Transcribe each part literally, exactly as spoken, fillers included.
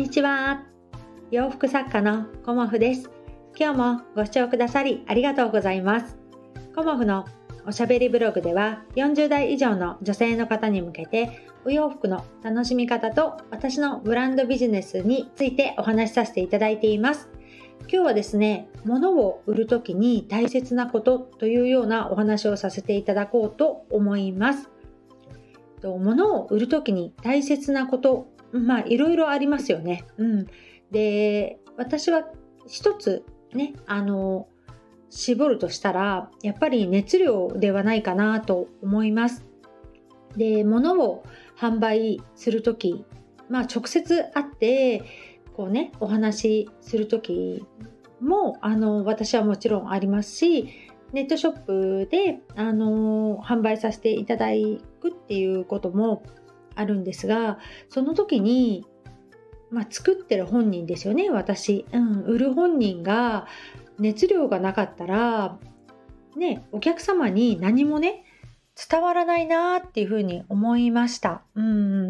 にちは。洋服作家のコモフです。今日もご視聴くださりありがとうございます。コモフのおしゃべりブログではよんじゅうだい以上の女性の方に向けてお洋服の楽しみ方と私のブランドビジネスについてお話しさせていただいています。今日はですね、物を売るときに大切なことというようなお話をさせていただこうと思います。物を売るときに大切なこと、まあいろいろありますよね。うん、で、私は一つね、あの絞るとしたらやっぱり熱量ではないかなと思います。で、物を販売するとき、まあ直接会ってこうねお話しするときもあの私はもちろんありますし、ネットショップであの販売させていただくっていうこともあるんですが、その時に、まあ、作ってる本人ですよね、私、うん、売る本人が熱量がなかったらね、お客様に何もね伝わらないなっていうふうに思いました。うん、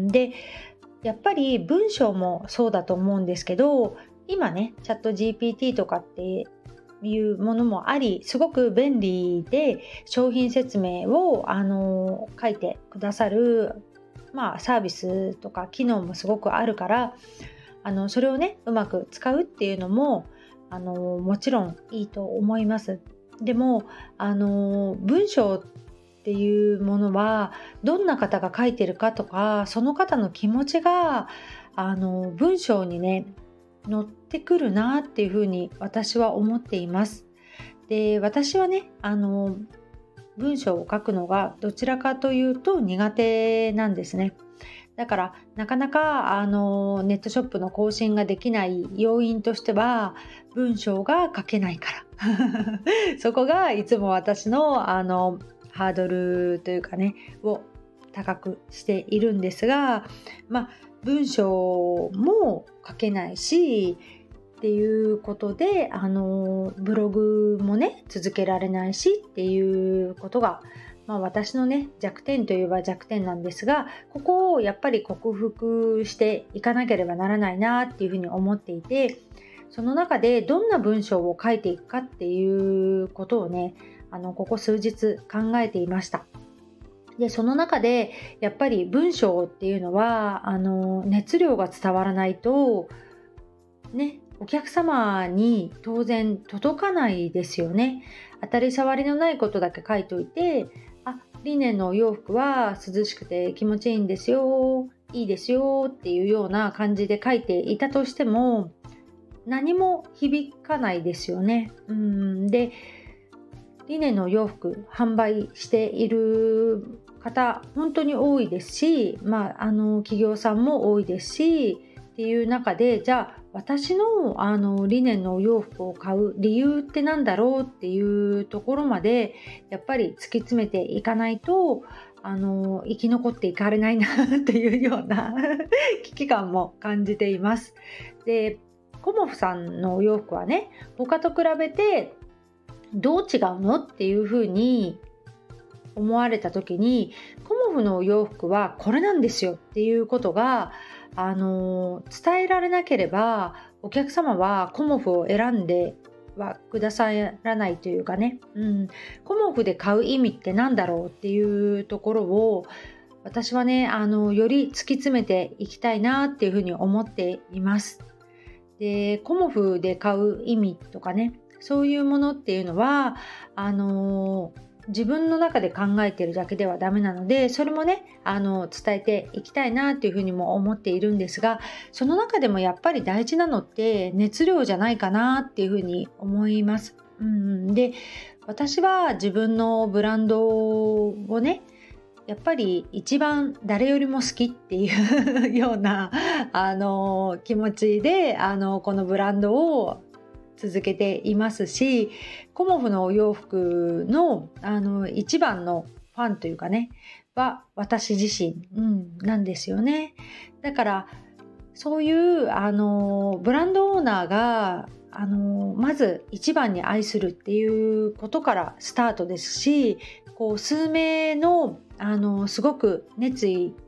でやっぱり文章もそうだと思うんですけど、今ねチャット ジーピーティー とかっていうものもあり、すごく便利で商品説明をあの書いてくださる、まあ、サービスとか機能もすごくあるから、あのそれをねうまく使うっていうのもあのもちろんいいと思います。でもあの文章っていうものはどんな方が書いてるかとか、その方の気持ちがあの文章にね乗ってくるなっていうふうに私は思っています。で、私はねあの文章を書くのがどちらかというと苦手なんですね。だからなかなかあのネットショップの更新ができない要因としては文章が書けないからそこがいつも私のあのハードルというかねを高くしているんですが、まあ文章も書けないしっていうことで、あのブログもね続けられないしっていうことが、まあ、私のね弱点といえば弱点なんですが、ここをやっぱり克服していかなければならないなっていうふうに思っていて、その中でどんな文章を書いていくかっていうことをねあのここ数日考えていました。で、その中でやっぱり文章っていうのはあの熱量が伝わらないとねお客様に当然届かないですよね。当たり障りのないことだけ書いておいて、あ、リネンのお洋服は涼しくて気持ちいいんですよ、いいですよっていうような感じで書いていたとしても何も響かないですよね。うんで、リネンのお洋服販売している方本当に多いですし、まあ、あの企業さんも多いですしっていう中で、じゃあ私のあのリネンのお洋服を買う理由ってなんだろうっていうところまでやっぱり突き詰めていかないとあの生き残っていかれないなっていうような危機感も感じています。で、コモフさんのお洋服はね他と比べてどう違うのっていうふうに思われた時に、コモフのお洋服はこれなんですよっていうことがあの伝えられなければお客様はコモフを選んではくださらないというかね、うん、コモフで買う意味ってなんだろうっていうところを私はねあのより突き詰めていきたいなっていうふうに思っています。で、コモフで買う意味とかね、そういうものっていうのはあの自分の中で考えているだけではダメなので、それもねあの伝えていきたいなっていうふうにも思っているんですが、その中でもやっぱり大事なのって熱量じゃないかなっていうふうに思います。うん、で、私は自分のブランドをねやっぱり一番誰よりも好きっていうようなあの気持ちであのこのブランドを続けていますし、コモフのお洋服 の, あの一番のファンというかねは私自身、うん、なんですよね。だからそういうあのブランドオーナーがあのまず一番に愛するっていうことからスタートですし、こう数名のあのすごく熱意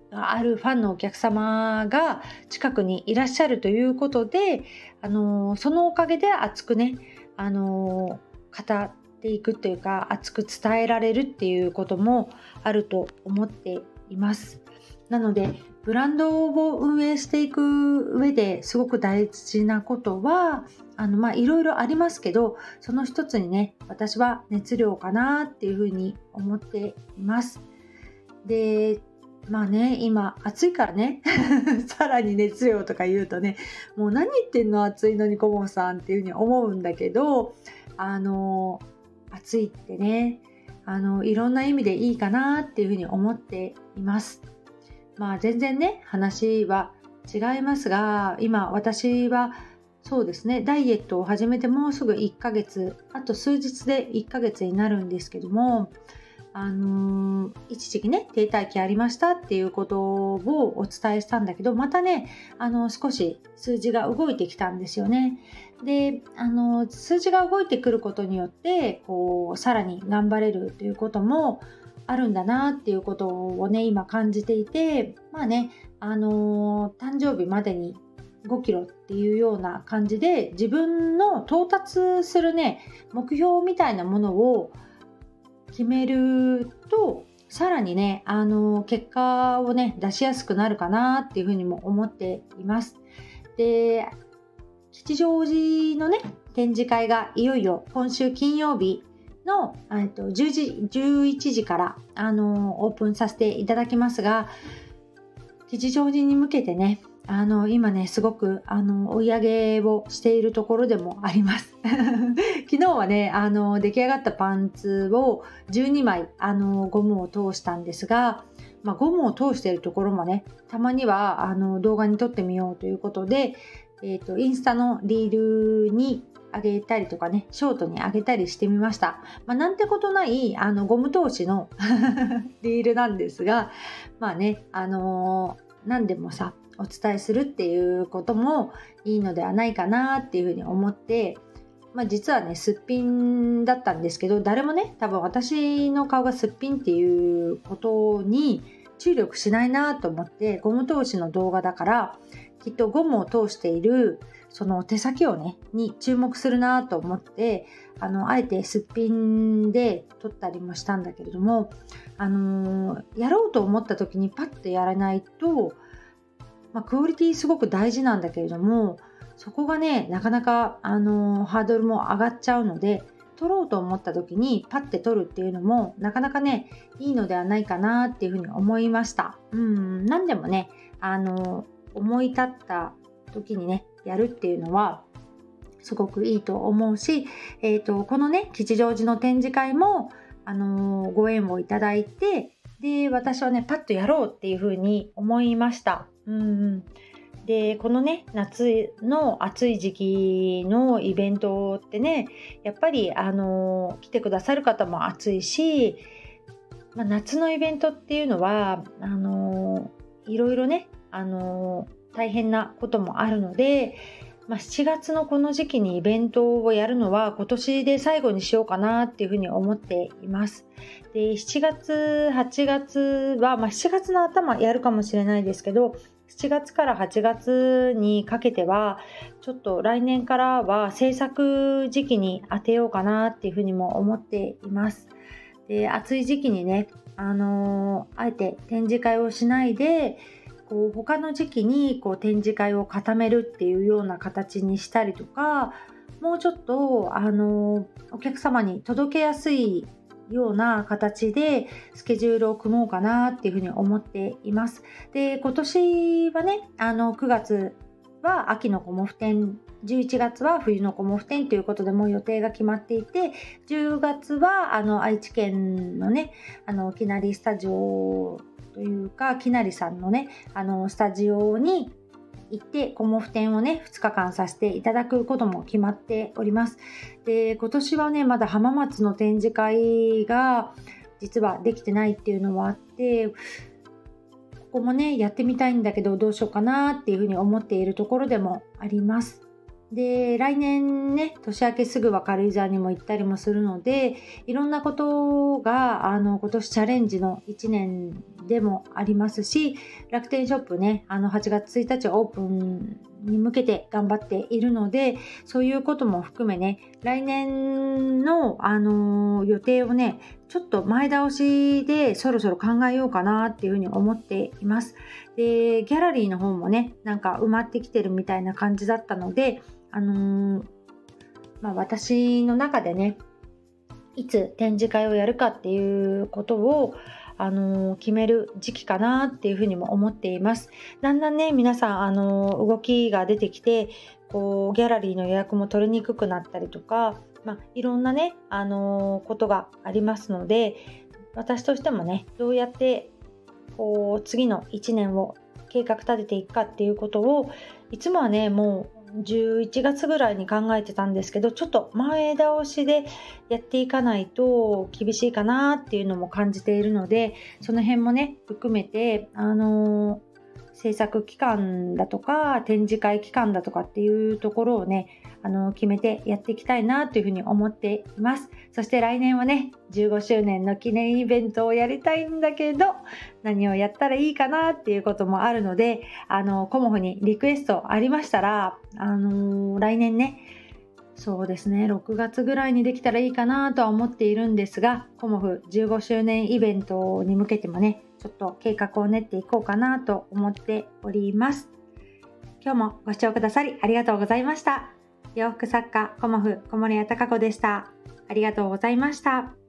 があるファンのお客様が近くにいらっしゃるということで、あのそのおかげで熱くね、あの語っていくというか、熱く伝えられるっていうこともあると思っています。なのでブランドを運営していく上ですごく大事なことは、あのまあいろいろありますけど、その一つにね、私は熱量かなっていうふうに思っています。でまあね、今暑いからねさらに熱量とか言うとね、もう何言ってんの暑いのにコモフさんっていうふうに思うんだけど、あの暑いってね、あのいろんな意味でいいかなっていうふうに思っています。まあ全然ね話は違いますが、今私はそうですね、ダイエットを始めてもうすぐいっかげつ、あと数日でいっかげつになるんですけども、あのー、一時期ね停滞期ありましたっていうことをお伝えしたんだけど、またね、あの少し数字が動いてきたんですよね。で、あの数字が動いてくることによってこうさらに頑張れるということもあるんだなっていうことをね今感じていて、まあね、あのー、誕生日までにごキロっていうような感じで自分の到達するね目標みたいなものを決めると、さらにね、あの結果をね出しやすくなるかなっていうふうにも思っています。で、吉祥寺のね展示会がいよいよ今週金曜日のじゅうじ、じゅういちじからあのオープンさせていただきますが、吉祥寺に向けてね、あの今ねすごくあの追い上げをしているところでもあります昨日はね、あの出来上がったパンツをじゅうにまいあのゴムを通したんですが、まあ、ゴムを通しているところもねたまにはあの動画に撮ってみようということで、えーと、インスタのリールに上げたりとかね、ショートに上げたりしてみました。まあ、なんてことないあのゴム通しのリールなんですが、まあね、あのー、何でもさお伝えするっていうこともいいのではないかなっていうふうに思って、まあ、実はねすっぴんだったんですけど、誰もね多分私の顔がすっぴんっていうことに注力しないなと思って、ゴム通しの動画だからきっとゴムを通しているその手先をねに注目するなと思って、あのあえてすっぴんで撮ったりもしたんだけれども、あのー、やろうと思った時にパッとやらないと、まあ、クオリティすごく大事なんだけれども、そこがねなかなか、あのー、ハードルも上がっちゃうので、撮ろうと思った時にパッて撮るっていうのもなかなかねいいのではないかなっていうふうに思いました。うん、何でもね、あのー、思い立った時にねやるっていうのはすごくいいと思うし、えーと、このね吉祥寺の展示会も、あのー、ご縁をいただいて、で私はねパッとやろうっていうふうに思いました。うんでこのね夏の暑い時期のイベントってね、やっぱりあのー、来てくださる方も暑いし、まあ、夏のイベントっていうのはあのー、いろいろね、あのー、大変なこともあるので、まあ、しちがつのこの時期にイベントをやるのは今年で最後にしようかなっていうふうに思っています。でしちがつはちがつは、まあ、しちがつの頭やるかもしれないですけど、しちがつからはちがつにかけてはちょっと来年からは制作時期に当てようかなっていうふうにも思っています。で暑い時期にね、あのー、あえて展示会をしないでこう他の時期にこう展示会を固めるっていうような形にしたりとか、もうちょっと、あのー、お客様に届けやすいような形でスケジュールを組もうかなっていうふうに思っています。で今年はね、あのくがつは秋のコモフ展、じゅういちがつは冬のコモフ展ということでもう予定が決まっていて、じゅうがつはあの愛知県のね、あのきなりスタジオというかきなりさんのね、あのスタジオに行ってコモフ展をねふつかかんさせていただくことも決まっております。で今年はねまだ浜松の展示会が実はできてないっていうのはあって、ここもねやってみたいんだけどどうしようかなっていうふうに思っているところでもあります。 で、来年ね、年明けすぐは軽井沢にも行ったりもするので、いろんなことがあの今年チャレンジのいちねんでもありますし、楽天ショップね、あのはちがつついたちオープンに向けて頑張っているので、そういうことも含めね、来年の、あの予定をね、ちょっと前倒しでそろそろ考えようかなっていうふうに思っています。で、ギャラリーの方もね、なんか埋まってきてるみたいな感じだったので、あのーまあ、私の中でね、いつ展示会をやるかっていうことを、あのー決める時期かなっていうふうにも思っています。だんだんね、皆さん、あのー動きが出てきて、こうギャラリーの予約も取りにくくなったりとか、まあ、いろんなね、あのーことがありますので、私としてもね、どうやってこう次のいちねんを計画立てていくかっていうことを、いつもはね、もうじゅういちがつぐらいに考えてたんですけど、ちょっと前倒しでやっていかないと厳しいかなっていうのも感じているので、その辺もね含めて、あのー制作期間だとか展示会期間だとかっていうところをね、あの決めてやっていきたいなというふうに思っています。そして来年はね、じゅうごしゅうねんの記念イベントをやりたいんだけど、何をやったらいいかなっていうこともあるので、あのコモフにリクエストありましたら、あの来年ね、そうですね、ろくがつぐらいにできたらいいかなとは思っているんですが、コモフじゅうごしゅうねんイベントに向けてもね、ちょっと計画を練っていこうかなと思っております。今日もご視聴くださりありがとうございました。洋服作家コモフ小森屋隆子でした。ありがとうございました。